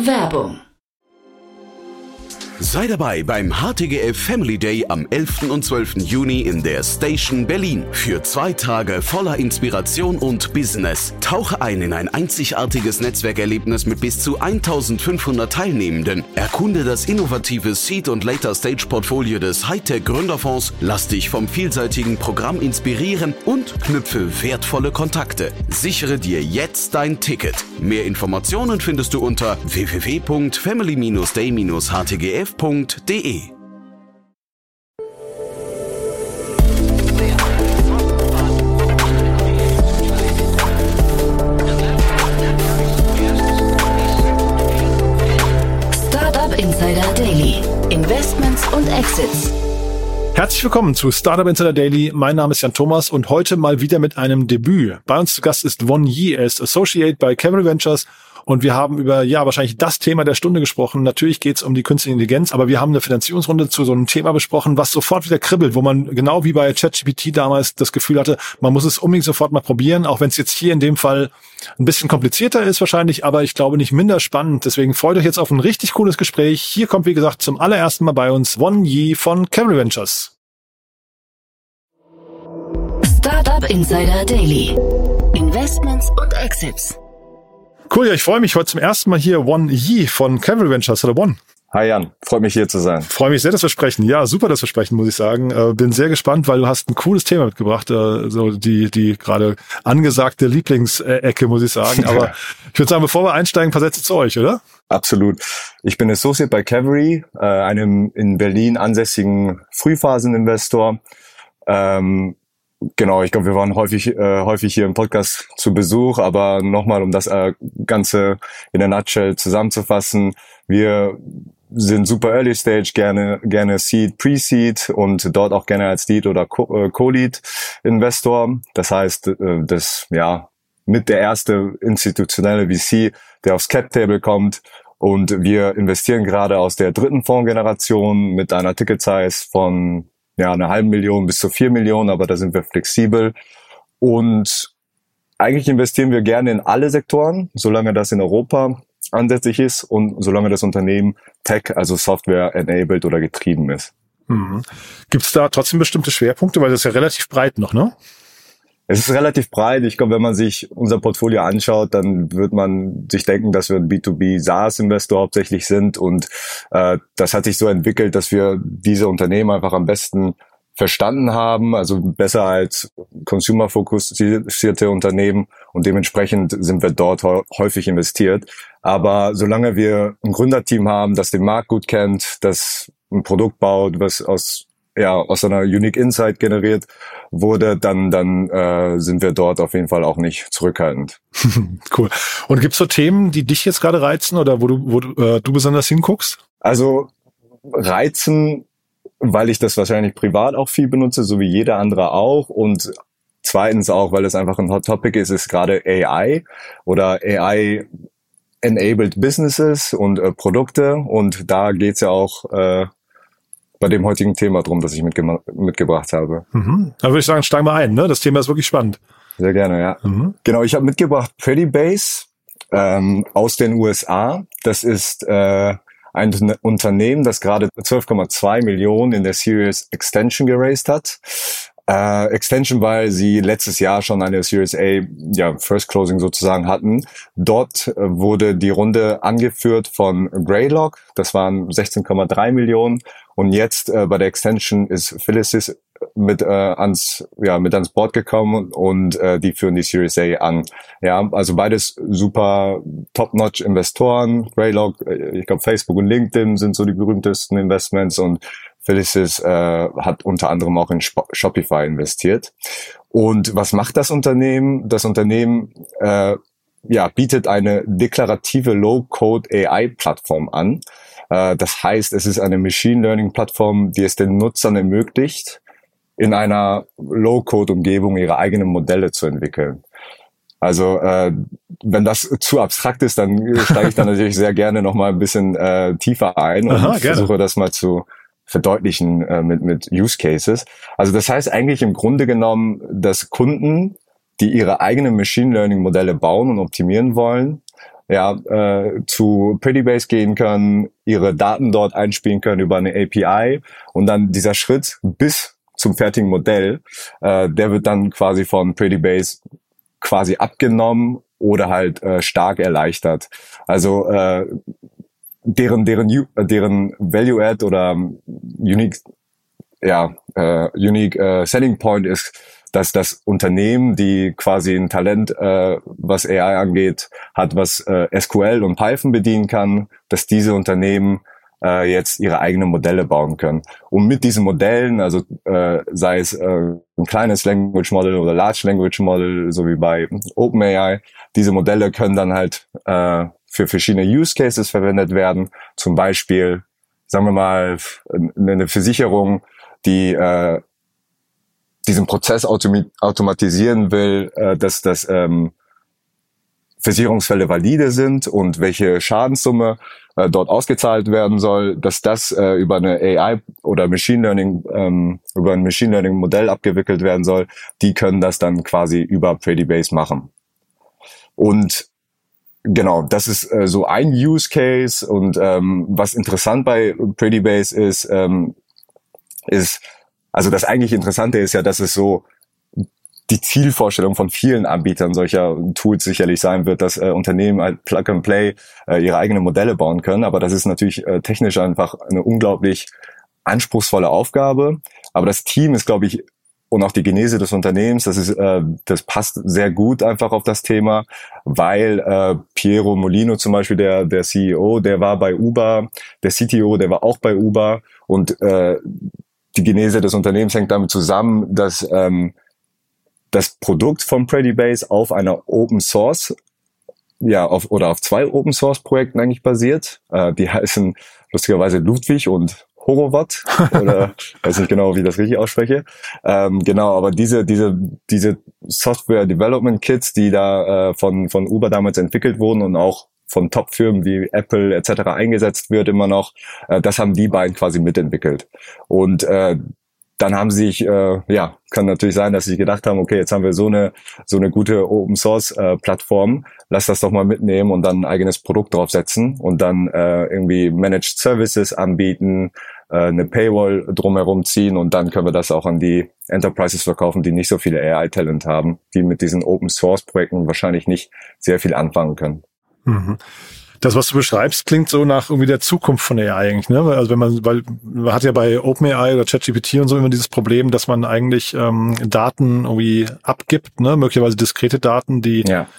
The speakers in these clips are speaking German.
Werbung. Sei dabei beim HTGF Family Day am 11. und 12. Juni in der Station Berlin. Für 2 Tage voller Inspiration und Business. Tauche ein in ein einzigartiges Netzwerkerlebnis mit bis zu 1500 Teilnehmenden. Erkunde das innovative Seed- und Later-Stage-Portfolio des Hightech-Gründerfonds. Lass dich vom vielseitigen Programm inspirieren und knüpfe wertvolle Kontakte. Sichere dir jetzt dein Ticket. Mehr Informationen findest du unter www.family-day-htgf.de. Startup Insider Daily. Investments und Exits. Herzlich willkommen zu Startup Insider Daily. Mein Name ist Jan Thomas und heute mal wieder mit einem Debüt. Bei uns zu Gast ist Won Yi. Er ist Associate bei Cavalry Ventures und wir haben über, wahrscheinlich das Thema der Stunde gesprochen. Natürlich geht es um die künstliche Intelligenz, aber wir haben eine Finanzierungsrunde zu so einem Thema besprochen, was sofort wieder kribbelt, wo man genau wie bei ChatGPT damals das Gefühl hatte, man muss es unbedingt sofort mal probieren, auch wenn es jetzt hier in dem Fall ein bisschen komplizierter ist wahrscheinlich, aber ich glaube nicht minder spannend. Deswegen freut euch jetzt auf ein richtig cooles Gespräch. Hier kommt, wie gesagt, zum allerersten Mal bei uns Won Yi von Cavalry Ventures. Startup Insider Daily. Investments und Exits. Cool, ja, ich freue mich heute zum ersten Mal hier Won Yi von Cavalry Ventures. Hallo Won. Hi Jan, freut mich hier zu sein. Freue mich sehr, dass wir sprechen. Ja, super, dass wir sprechen, muss ich sagen. Bin sehr gespannt, weil du hast ein cooles Thema mitgebracht, so die gerade angesagte Lieblingsecke, muss ich sagen. Aber ich würde sagen, bevor wir einsteigen, ein paar Sätze zu euch, oder? Absolut. Ich bin Associate bei Cavalry, einem in Berlin ansässigen Frühphaseninvestor. Genau, ich glaube, wir waren häufig hier im Podcast zu Besuch, aber nochmal, um das Ganze in der Nutshell zusammenzufassen, wir sind super Early Stage, gerne Seed, Pre-Seed und dort auch gerne als Lead oder Co-Lead Investor. Das heißt, mit der erste institutionelle VC, der aufs Cap-Table kommt, und wir investieren gerade aus der 3. Fondsgeneration mit einer Ticket-Size von 500.000 bis zu 4 Millionen, aber da sind wir flexibel. Und eigentlich investieren wir gerne in alle Sektoren, solange das in Europa ansässig ist und solange das Unternehmen Tech, also Software-enabled oder getrieben ist. Mhm. Gibt es da trotzdem bestimmte Schwerpunkte? Weil das ist ja relativ breit noch, ne? Es ist relativ breit. Ich glaube, wenn man sich unser Portfolio anschaut, dann wird man sich denken, dass wir ein B2B SaaS-Investor hauptsächlich sind. Und das hat sich so entwickelt, dass wir diese Unternehmen einfach am besten verstanden haben, also besser als consumer-fokussierte Unternehmen. Und dementsprechend sind wir dort häufig investiert. Aber solange wir ein Gründerteam haben, das den Markt gut kennt, das ein Produkt baut, was aus einer Unique Insight generiert wurde, dann sind wir dort auf jeden Fall auch nicht zurückhaltend. Cool. Und gibt's so Themen, die dich jetzt gerade reizen oder wo du besonders hinguckst? Also reizen, weil ich das wahrscheinlich privat auch viel benutze, so wie jeder andere auch. Und zweitens auch, weil es einfach ein Hot Topic ist gerade AI oder AI-enabled Businesses und Produkte. Und da geht's ja auch bei dem heutigen Thema drum, das ich mitgebracht habe. Mhm. Da würde ich sagen, steigen wir ein, ne? Das Thema ist wirklich spannend. Sehr gerne, ja. Mhm. Genau, ich habe mitgebracht Predibase aus den USA. Das ist ein Unternehmen, das gerade 12,2 Millionen in der Series Extension geraced hat. Extension, weil sie letztes Jahr schon eine Series A, First Closing sozusagen hatten. Dort wurde die Runde angeführt von Greylock. Das waren 16,3 Millionen. Und jetzt bei der Extension ist Felicis mit ans Board gekommen und die führen die Series A an. Ja, also beides super top-notch Investoren. Greylock, ich glaube Facebook und LinkedIn sind so die berühmtesten Investments und Felicis hat unter anderem auch in Shopify investiert. Und was macht das Unternehmen? Das Unternehmen bietet eine deklarative Low-Code AI-Plattform an. Das heißt, es ist eine Machine Learning-Plattform, die es den Nutzern ermöglicht, in einer Low-Code-Umgebung ihre eigenen Modelle zu entwickeln. Also wenn das zu abstrakt ist, dann steige ich da natürlich sehr gerne noch mal ein bisschen tiefer ein und versuche das mal zu verdeutlichen mit Use Cases. Also das heißt eigentlich im Grunde genommen, dass Kunden, die ihre eigenen Machine Learning Modelle bauen und optimieren wollen, zu Prettybase gehen können, ihre Daten dort einspielen können über eine API und dann dieser Schritt bis zum fertigen Modell, der wird dann quasi von Prettybase quasi abgenommen oder halt stark erleichtert. Also deren Value Add oder Unique Selling Point ist, dass das Unternehmen, die quasi ein Talent, was AI angeht, hat, was SQL und Python bedienen kann, dass diese Unternehmen jetzt ihre eigenen Modelle bauen können. Und mit diesen Modellen, also sei es ein kleines Language Model oder Large Language Model, so wie bei OpenAI, diese Modelle können dann halt für verschiedene Use Cases verwendet werden. Zum Beispiel, sagen wir mal, eine Versicherung, die diesen Prozess automatisieren will, dass Versicherungsfälle valide sind und welche Schadenssumme dort ausgezahlt werden soll, dass das über eine AI oder Machine Learning, über ein Machine Learning Modell abgewickelt werden soll, die können das dann quasi über Prettybase machen. Und genau, das ist so ein Use Case. Und was interessant bei Prettybase ist, also das eigentlich Interessante ist ja, dass es so die Zielvorstellung von vielen Anbietern solcher Tools sicherlich sein wird, dass Unternehmen halt Plug and Play ihre eigenen Modelle bauen können. Aber das ist natürlich technisch einfach eine unglaublich anspruchsvolle Aufgabe. Aber das Team ist, glaube ich, und auch die Genese des Unternehmens, das passt sehr gut einfach auf das Thema, weil Piero Molino zum Beispiel, der CEO, der war bei Uber, der CTO, der war auch bei Uber und die Genese des Unternehmens hängt damit zusammen, dass das Produkt von Prettybase auf einer Open Source, auf zwei Open Source Projekten eigentlich basiert. Die heißen lustigerweise Ludwig und Horowat, oder weiß nicht genau, wie ich das richtig ausspreche. Genau, aber diese Software Development Kits, die da von Uber damals entwickelt wurden und auch von Top-Firmen wie Apple etc. eingesetzt wird immer noch, das haben die beiden quasi mitentwickelt. Und dann haben sie sich, kann natürlich sein, dass sie gedacht haben, okay, jetzt haben wir so eine gute Open-Source-Plattform, lass das doch mal mitnehmen und dann ein eigenes Produkt draufsetzen und dann irgendwie Managed Services anbieten, eine Paywall drumherum ziehen und dann können wir das auch an die Enterprises verkaufen, die nicht so viele AI-Talent haben, die mit diesen Open-Source-Projekten wahrscheinlich nicht sehr viel anfangen können. Mhm. Das, was du beschreibst, klingt so nach irgendwie der Zukunft von AI eigentlich, ne? Also weil man hat ja bei OpenAI oder ChatGPT und so immer dieses Problem, dass man eigentlich Daten irgendwie abgibt, ne? Möglicherweise diskrete Daten, die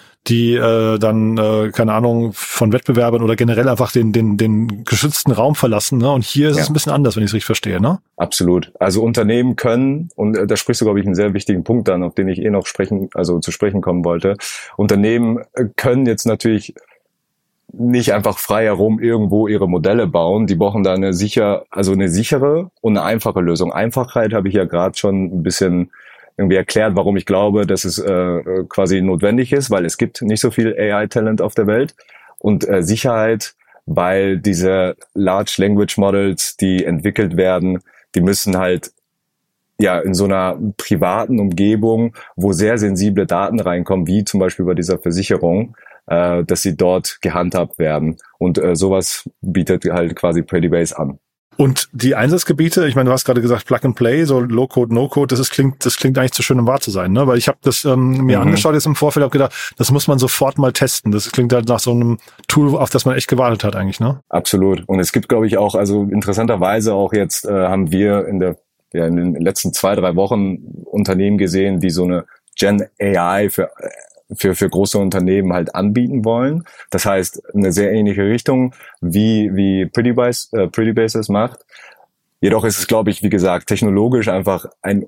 dann, keine Ahnung, von Wettbewerbern oder generell einfach den geschützten Raum verlassen, ne? Und hier ist es ein bisschen anders, wenn ich es richtig verstehe, ne? Absolut. Also Unternehmen können, und da sprichst du, glaube ich, einen sehr wichtigen Punkt an, auf den ich noch zu sprechen kommen wollte. Unternehmen können jetzt natürlich nicht einfach frei herum irgendwo ihre Modelle bauen. Die brauchen da eine sichere und eine einfache Lösung. Einfachheit habe ich ja gerade schon ein bisschen irgendwie erklärt, warum ich glaube, dass es quasi notwendig ist, weil es gibt nicht so viel AI-Talent auf der Welt. Und Sicherheit, weil diese Large Language Models, die entwickelt werden, die müssen halt in so einer privaten Umgebung, wo sehr sensible Daten reinkommen, wie zum Beispiel bei dieser Versicherung, dass sie dort gehandhabt werden. Und sowas bietet halt quasi Prettybase an. Und die Einsatzgebiete, ich meine, du hast gerade gesagt Plug and Play, so Low-Code, No-Code, das klingt eigentlich zu schön, um wahr zu sein, ne? Weil ich habe das mir angeschaut jetzt im Vorfeld, habe gedacht, das muss man sofort mal testen. Das klingt halt nach so einem Tool, auf das man echt gewartet hat eigentlich, ne? Absolut. Und es gibt, glaube ich, auch, also interessanterweise auch jetzt haben wir in den letzten 2-3 Wochen Unternehmen gesehen, die so eine Gen AI für große Unternehmen halt anbieten wollen. Das heißt, eine sehr ähnliche Richtung, wie Prettybase es macht. Jedoch ist es, glaube ich, wie gesagt, technologisch einfach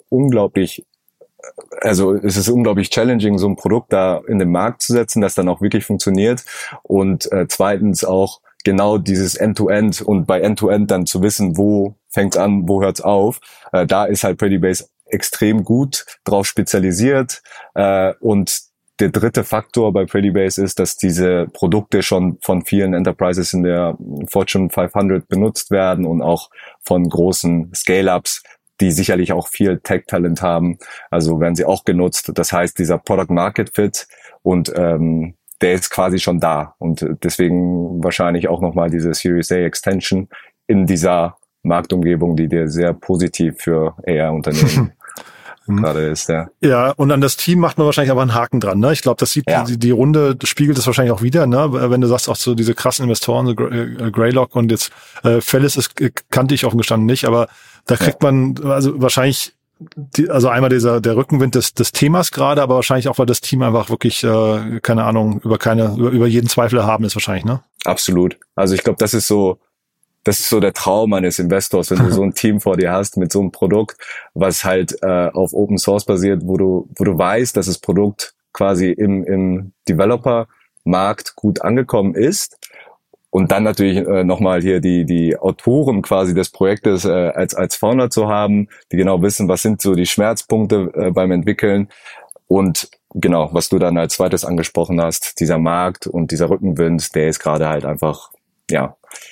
es ist unglaublich challenging, so ein Produkt da in den Markt zu setzen, das dann auch wirklich funktioniert. Und zweitens auch genau dieses End-to-End und bei End-to-End dann zu wissen, wo fängt's an, wo hört's auf. Da ist halt Prettybase extrem gut drauf spezialisiert. Und der dritte Faktor bei Prettybase ist, dass diese Produkte schon von vielen Enterprises in der Fortune 500 benutzt werden und auch von großen Scale-Ups, die sicherlich auch viel Tech-Talent haben. Also werden sie auch genutzt. Das heißt, dieser Product-Market-Fit und der ist quasi schon da. Und deswegen wahrscheinlich auch nochmal diese Series A Extension in dieser Marktumgebung, die dir sehr positiv für AI-Unternehmen gerade ist, ja. Ja, und an das Team macht man wahrscheinlich aber einen Haken dran, ne? Ich glaube, das sieht die Runde spiegelt das wahrscheinlich auch wieder, ne? Wenn du sagst, auch so diese krassen Investoren, so Greylock und jetzt Fellis, kannte ich offen gestanden nicht, aber da kriegt man also wahrscheinlich also einmal der Rückenwind des Themas gerade, aber wahrscheinlich auch, weil das Team einfach wirklich, keine Ahnung, über jeden Zweifel erhaben ist wahrscheinlich, ne? Absolut. Also ich glaube, das ist so der Traum eines Investors, wenn du so ein Team vor dir hast mit so einem Produkt, was halt auf Open Source basiert, wo du weißt, dass das Produkt quasi im Developer-Markt gut angekommen ist. Und dann natürlich nochmal hier die Autoren quasi des Projektes als Founder zu haben, die genau wissen, was sind so die Schmerzpunkte beim Entwickeln. Und genau, was du dann als zweites angesprochen hast, dieser Markt und dieser Rückenwind, der ist gerade halt einfach, ja.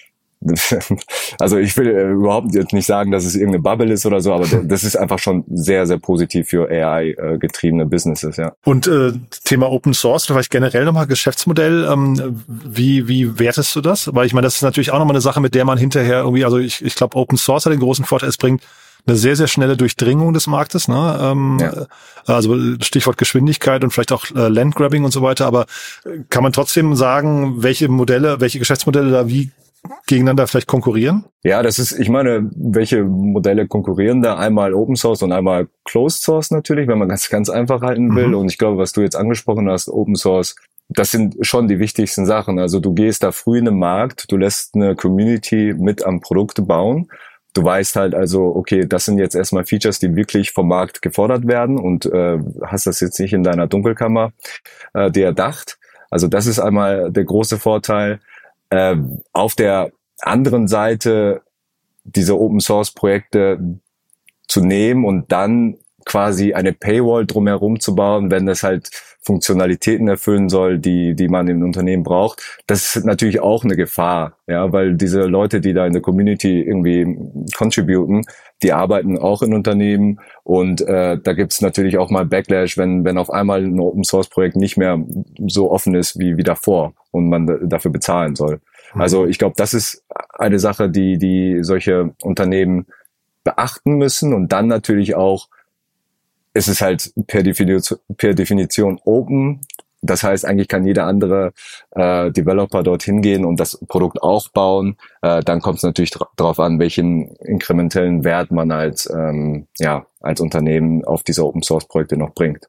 Also ich will überhaupt jetzt nicht sagen, dass es irgendeine Bubble ist oder so, aber das ist einfach schon sehr, sehr positiv für AI-getriebene Businesses, ja. Und Thema Open Source, vielleicht generell nochmal Geschäftsmodell, wie wertest du das? Weil ich meine, das ist natürlich auch nochmal eine Sache, mit der man hinterher irgendwie, also ich glaube, Open Source hat den großen Vorteil, es bringt eine sehr, sehr schnelle Durchdringung des Marktes, ne? Also Stichwort Geschwindigkeit und vielleicht auch Landgrabbing und so weiter, aber kann man trotzdem sagen, welche Geschäftsmodelle da wie gegeneinander vielleicht konkurrieren? Ja, ich meine, welche Modelle konkurrieren da? Einmal Open Source und einmal Closed Source natürlich, wenn man das ganz einfach halten will. Und ich glaube, was du jetzt angesprochen hast, Open Source, das sind schon die wichtigsten Sachen. Also du gehst da früh in den Markt, du lässt eine Community mit am Produkt bauen. Du weißt halt also, okay, das sind jetzt erstmal Features, die wirklich vom Markt gefordert werden und hast das jetzt nicht in deiner Dunkelkammer dir erdacht. Also das ist einmal der große Vorteil. Auf der anderen Seite diese Open-Source-Projekte zu nehmen und dann quasi eine Paywall drumherum zu bauen, wenn das halt Funktionalitäten erfüllen soll, die man im Unternehmen braucht. Das ist natürlich auch eine Gefahr, ja, weil diese Leute, die da in der Community irgendwie contributen, die arbeiten auch in Unternehmen und da gibt's natürlich auch mal Backlash, wenn auf einmal ein Open-Source-Projekt nicht mehr so offen ist wie davor und man dafür bezahlen soll. Also ich glaube, das ist eine Sache, die solche Unternehmen beachten müssen und dann natürlich auch, es ist halt per Definition open. Das heißt, eigentlich kann jeder andere Developer dorthin gehen und das Produkt auch bauen. Dann kommt es natürlich darauf an, welchen inkrementellen Wert man als Unternehmen auf diese Open-Source-Projekte noch bringt.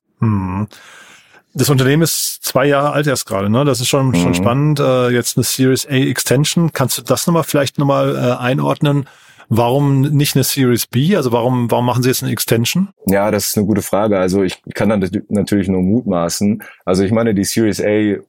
Das Unternehmen ist 2 Jahre alt erst gerade, ne? Das ist schon spannend. Jetzt eine Series A Extension. Kannst du das vielleicht nochmal einordnen? Warum nicht eine Series B? Also warum machen sie jetzt eine Extension? Ja, das ist eine gute Frage. Also ich kann dann natürlich nur mutmaßen. Also ich meine, die Series A,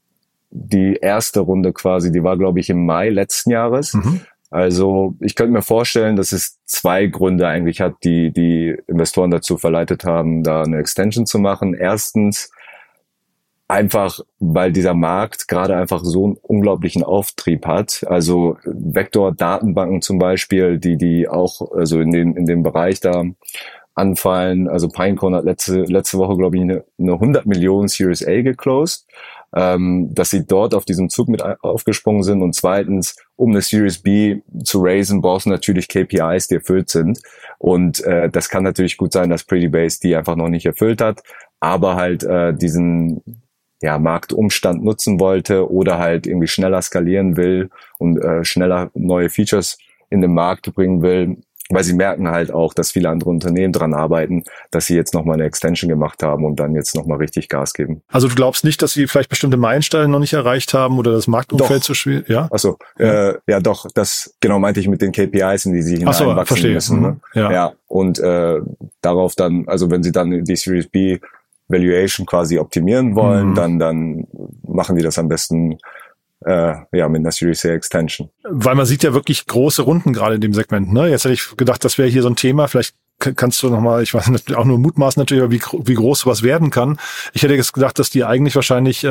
die erste Runde quasi, die war, glaube ich, im Mai letzten Jahres. Also ich könnte mir vorstellen, dass es 2 Gründe eigentlich hat, die Investoren dazu verleitet haben, da eine Extension zu machen. Erstens, einfach, weil dieser Markt gerade einfach so einen unglaublichen Auftrieb hat. Also Vektor-Datenbanken zum Beispiel, die auch also in dem Bereich da anfallen. Also Pinecone hat letzte Woche, glaube ich, eine 100 Millionen Series A geclosed, dass sie dort auf diesen Zug mit aufgesprungen sind. Und zweitens, um eine Series B zu raisen, brauchst du natürlich KPIs, die erfüllt sind. Und das kann natürlich gut sein, dass Pretty Base die einfach noch nicht erfüllt hat, aber halt diesen Marktumstand nutzen wollte oder halt irgendwie schneller skalieren will und schneller neue Features in den Markt bringen will, weil sie merken halt auch, dass viele andere Unternehmen dran arbeiten, dass sie jetzt nochmal eine Extension gemacht haben und dann jetzt nochmal richtig Gas geben. Also du glaubst nicht, dass sie vielleicht bestimmte Meilensteine noch nicht erreicht haben oder das Marktumfeld zu schwierig? Ja? Achso, doch, das genau meinte ich mit den KPIs, in die sie hineinwachsen müssen. Ne? Ja. Und darauf dann, also wenn sie dann die Series B Valuation quasi optimieren wollen, dann machen die das am besten mit einer Series A Extension. Weil man sieht ja wirklich große Runden gerade in dem Segment, ne? Jetzt hätte ich gedacht, das wäre hier so ein Thema. Vielleicht kannst du nochmal, ich weiß nicht, auch nur mutmaßen natürlich, aber wie groß sowas werden kann. Ich hätte jetzt gedacht, dass die eigentlich wahrscheinlich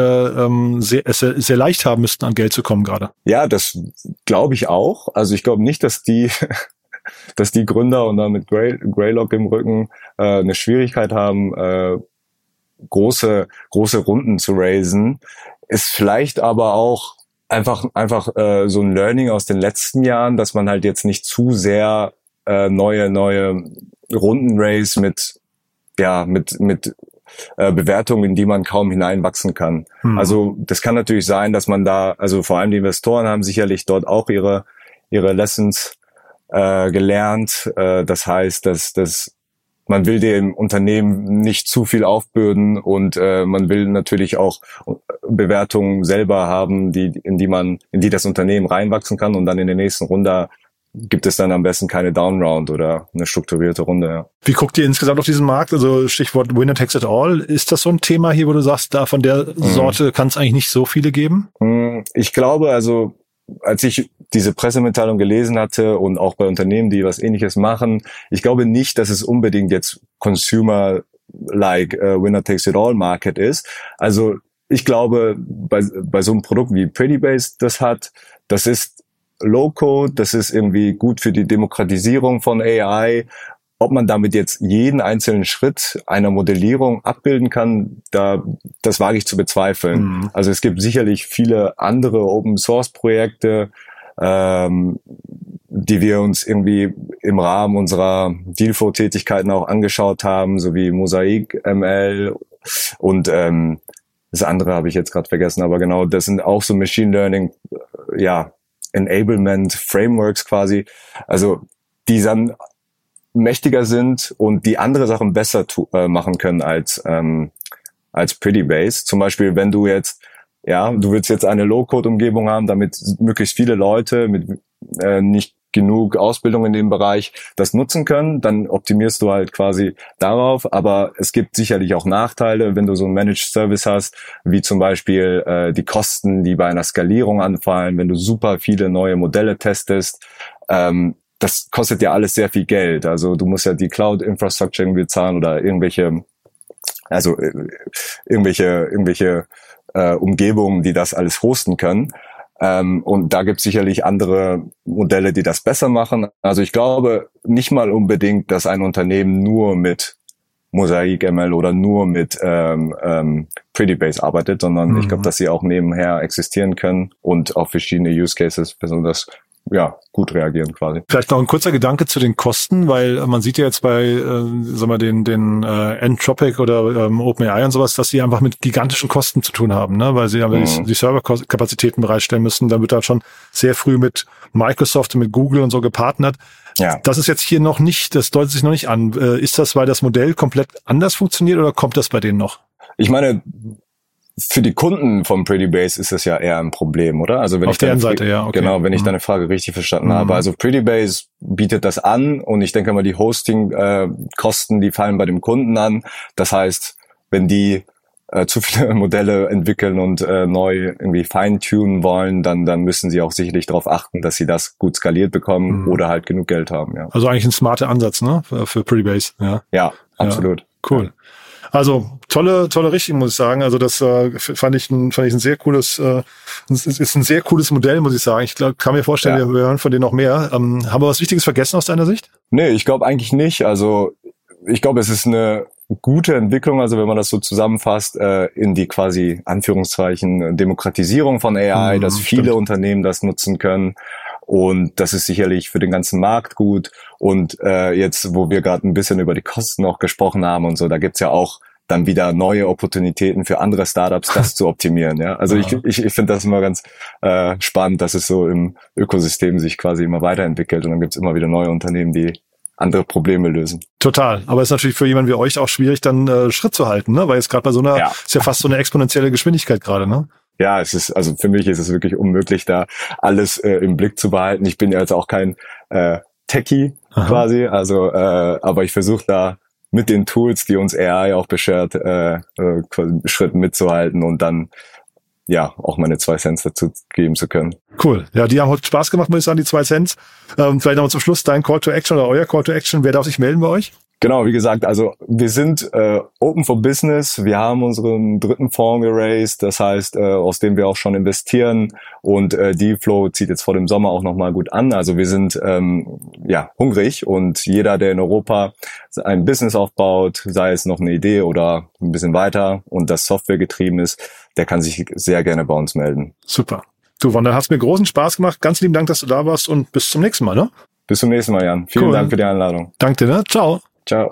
sehr leicht haben müssten, an Geld zu kommen gerade. Ja, das glaube ich auch. Also ich glaube nicht, dass die Gründer und dann mit Greylock im Rücken eine Schwierigkeit haben, große Runden zu raisen. ist vielleicht aber auch einfach so ein Learning aus den letzten Jahren, dass man halt jetzt nicht zu sehr neue Rundenrace mit Bewertungen, in die man kaum hineinwachsen kann. Also das kann natürlich sein, dass man da, also vor allem die Investoren haben sicherlich dort auch ihre Lessons gelernt. Das heißt, dass man will dem Unternehmen nicht zu viel aufbürden und man will natürlich auch Bewertungen selber haben, in die das Unternehmen reinwachsen kann, und dann in der nächsten Runde gibt es dann am besten keine Downround oder eine strukturierte Runde. Ja. Wie guckt ihr insgesamt auf diesen Markt? Also Stichwort Winner takes it all. Ist das so ein Thema hier, wo du sagst, da von der Sorte kann es eigentlich nicht so viele geben? Ich glaube, also als ich diese Pressemitteilung gelesen hatte und auch bei Unternehmen, die was Ähnliches machen, ich glaube nicht, dass es unbedingt jetzt Consumer-like Winner takes it all Market ist. Also ich glaube, bei so einem Produkt wie Prettybase das ist Low-Code, das ist irgendwie gut für die Demokratisierung von AI. Ob man damit jetzt jeden einzelnen Schritt einer Modellierung abbilden kann, das wage ich zu bezweifeln. Also es gibt sicherlich viele andere Open-Source-Projekte, die wir uns irgendwie im Rahmen unserer Dealflow-Tätigkeiten auch angeschaut haben, sowie Mosaic ML und das andere habe ich jetzt gerade vergessen, aber genau, das sind auch so Machine Learning, Enablement Frameworks quasi, also die dann mächtiger sind und die andere Sachen besser machen können als Prettybase. Zum Beispiel, wenn du jetzt, du willst jetzt eine Low-Code-Umgebung haben, damit möglichst viele Leute mit nicht genug Ausbildung in dem Bereich das nutzen können, dann optimierst du halt quasi darauf. Aber es gibt sicherlich auch Nachteile, wenn du so einen Managed Service hast, wie zum Beispiel die Kosten, die bei einer Skalierung anfallen, wenn du super viele neue Modelle testest. Das kostet ja alles sehr viel Geld. Also du musst ja die Cloud-Infrastructure irgendwie bezahlen oder irgendwelche Umgebungen, die das alles hosten können. Und da gibt es sicherlich andere Modelle, die das besser machen. Also ich glaube nicht mal unbedingt, dass ein Unternehmen nur mit Mosaic ML oder nur mit Prettybase arbeitet, sondern ich glaube, dass sie auch nebenher existieren können und auf verschiedene Use Cases besonders gut reagieren quasi. Vielleicht noch ein kurzer Gedanke zu den Kosten, weil man sieht ja jetzt bei den Anthropic oder OpenAI und sowas, dass sie einfach mit gigantischen Kosten zu tun haben, ne? Weil sie die Serverkapazitäten bereitstellen müssen. Da wird da schon sehr früh mit Microsoft und mit Google und so gepartnert. Ja. Das ist jetzt hier noch nicht, das deutet sich noch nicht an. Ist das, weil das Modell komplett anders funktioniert oder kommt das bei denen noch? Ich meine, für die Kunden von Prettybase ist das ja eher ein Problem, oder? Also wenn auf deren Seite, ja. Okay. Genau, wenn ich deine Frage richtig verstanden habe. Also Prettybase bietet das an und ich denke mal, die Hosting-Kosten, die fallen bei dem Kunden an. Das heißt, wenn die zu viele Modelle entwickeln und neu irgendwie fine-tunen wollen, dann müssen sie auch sicherlich darauf achten, dass sie das gut skaliert bekommen oder halt genug Geld haben. Ja. Also eigentlich ein smarter Ansatz, ne? Für Prettybase. Ja, absolut. Ja, cool. Also tolle Richtung, muss ich sagen. Also das fand ich ein sehr cooles, ist ein sehr cooles Modell, muss ich sagen. Ich kann mir vorstellen, wir hören von denen noch mehr. Haben wir was Wichtiges vergessen aus deiner Sicht? Nee, ich glaube eigentlich nicht. Also ich glaube, es ist eine gute Entwicklung, also wenn man das so zusammenfasst, in die quasi Anführungszeichen Demokratisierung von AI, dass viele Unternehmen das nutzen können. Und das ist sicherlich für den ganzen Markt gut. Und jetzt, wo wir gerade ein bisschen über die Kosten noch gesprochen haben und so, da gibt's ja auch dann wieder neue Opportunitäten für andere Startups, das zu optimieren. Ja, also ich finde das immer ganz spannend, dass es so im Ökosystem sich quasi immer weiterentwickelt und dann gibt's immer wieder neue Unternehmen, die andere Probleme lösen. Total. Aber es ist natürlich für jemanden wie euch auch schwierig, dann Schritt zu halten, ne? Weil jetzt gerade bei so einer, ist ja fast so eine exponentielle Geschwindigkeit gerade, ne? Ja, also für mich ist es wirklich unmöglich, da alles im Blick zu behalten. Ich bin ja jetzt auch kein Techie quasi, also aber ich versuche da mit den Tools, die uns AI auch beschert, Schritt mitzuhalten und dann auch meine 2 Cents dazu geben zu können. Cool. Ja, die haben heute Spaß gemacht, muss ich sagen, die 2 Cents. Vielleicht nochmal zum Schluss dein Call to Action oder euer Call to Action. Wer darf sich melden bei euch? Genau, wie gesagt, also wir sind open for business. Wir haben unseren 3. Fonds geraced, das heißt, aus dem wir auch schon investieren. Und Dealflow zieht jetzt vor dem Sommer auch nochmal gut an. Also wir sind hungrig und jeder, der in Europa ein Business aufbaut, sei es noch eine Idee oder ein bisschen weiter und das Software getrieben ist, der kann sich sehr gerne bei uns melden. Super. Du, Von, dann hat's mir großen Spaß gemacht. Ganz lieben Dank, dass du da warst und bis zum nächsten Mal, ne? Bis zum nächsten Mal, Jan. Vielen Dank für die Einladung. Danke dir, ne? Ciao. Ciao.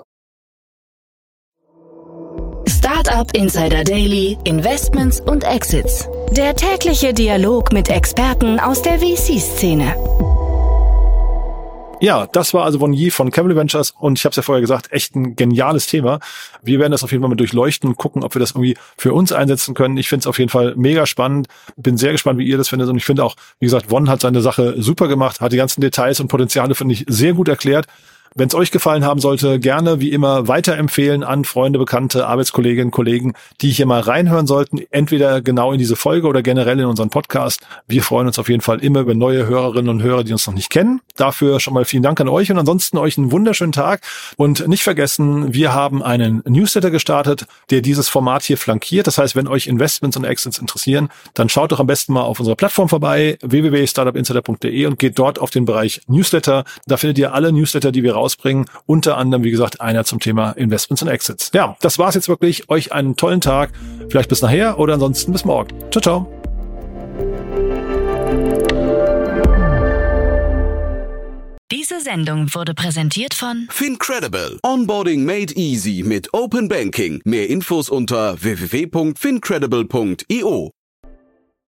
Startup Insider Daily, Investments und Exits. Der tägliche Dialog mit Experten aus der VC-Szene. Ja, das war also Von Yee von Cavalry Ventures und ich habe es ja vorher gesagt, echt ein geniales Thema. Wir werden das auf jeden Fall mal durchleuchten und gucken, ob wir das irgendwie für uns einsetzen können. Ich finde es auf jeden Fall mega spannend. Bin sehr gespannt, wie ihr das findet und ich finde auch, wie gesagt, Von hat seine Sache super gemacht, hat die ganzen Details und Potenziale, finde ich, sehr gut erklärt. Wenn es euch gefallen haben sollte, gerne wie immer weiterempfehlen an Freunde, Bekannte, Arbeitskolleginnen, Kollegen, die hier mal reinhören sollten, entweder genau in diese Folge oder generell in unseren Podcast. Wir freuen uns auf jeden Fall immer über neue Hörerinnen und Hörer, die uns noch nicht kennen. Dafür schon mal vielen Dank an euch und ansonsten euch einen wunderschönen Tag. Und nicht vergessen, wir haben einen Newsletter gestartet, der dieses Format hier flankiert. Das heißt, wenn euch Investments und Exits interessieren, dann schaut doch am besten mal auf unserer Plattform vorbei, www.startupinsider.de und geht dort auf den Bereich Newsletter. Da findet ihr alle Newsletter, die wir rausbringen. Unter anderem, wie gesagt, einer zum Thema Investments und Exits. Ja, das war's jetzt wirklich. Euch einen tollen Tag. Vielleicht bis nachher oder ansonsten bis morgen. Ciao, ciao. Diese Sendung wurde präsentiert von FinCredible. Onboarding made easy mit Open Banking. Mehr Infos unter www.fincredible.io.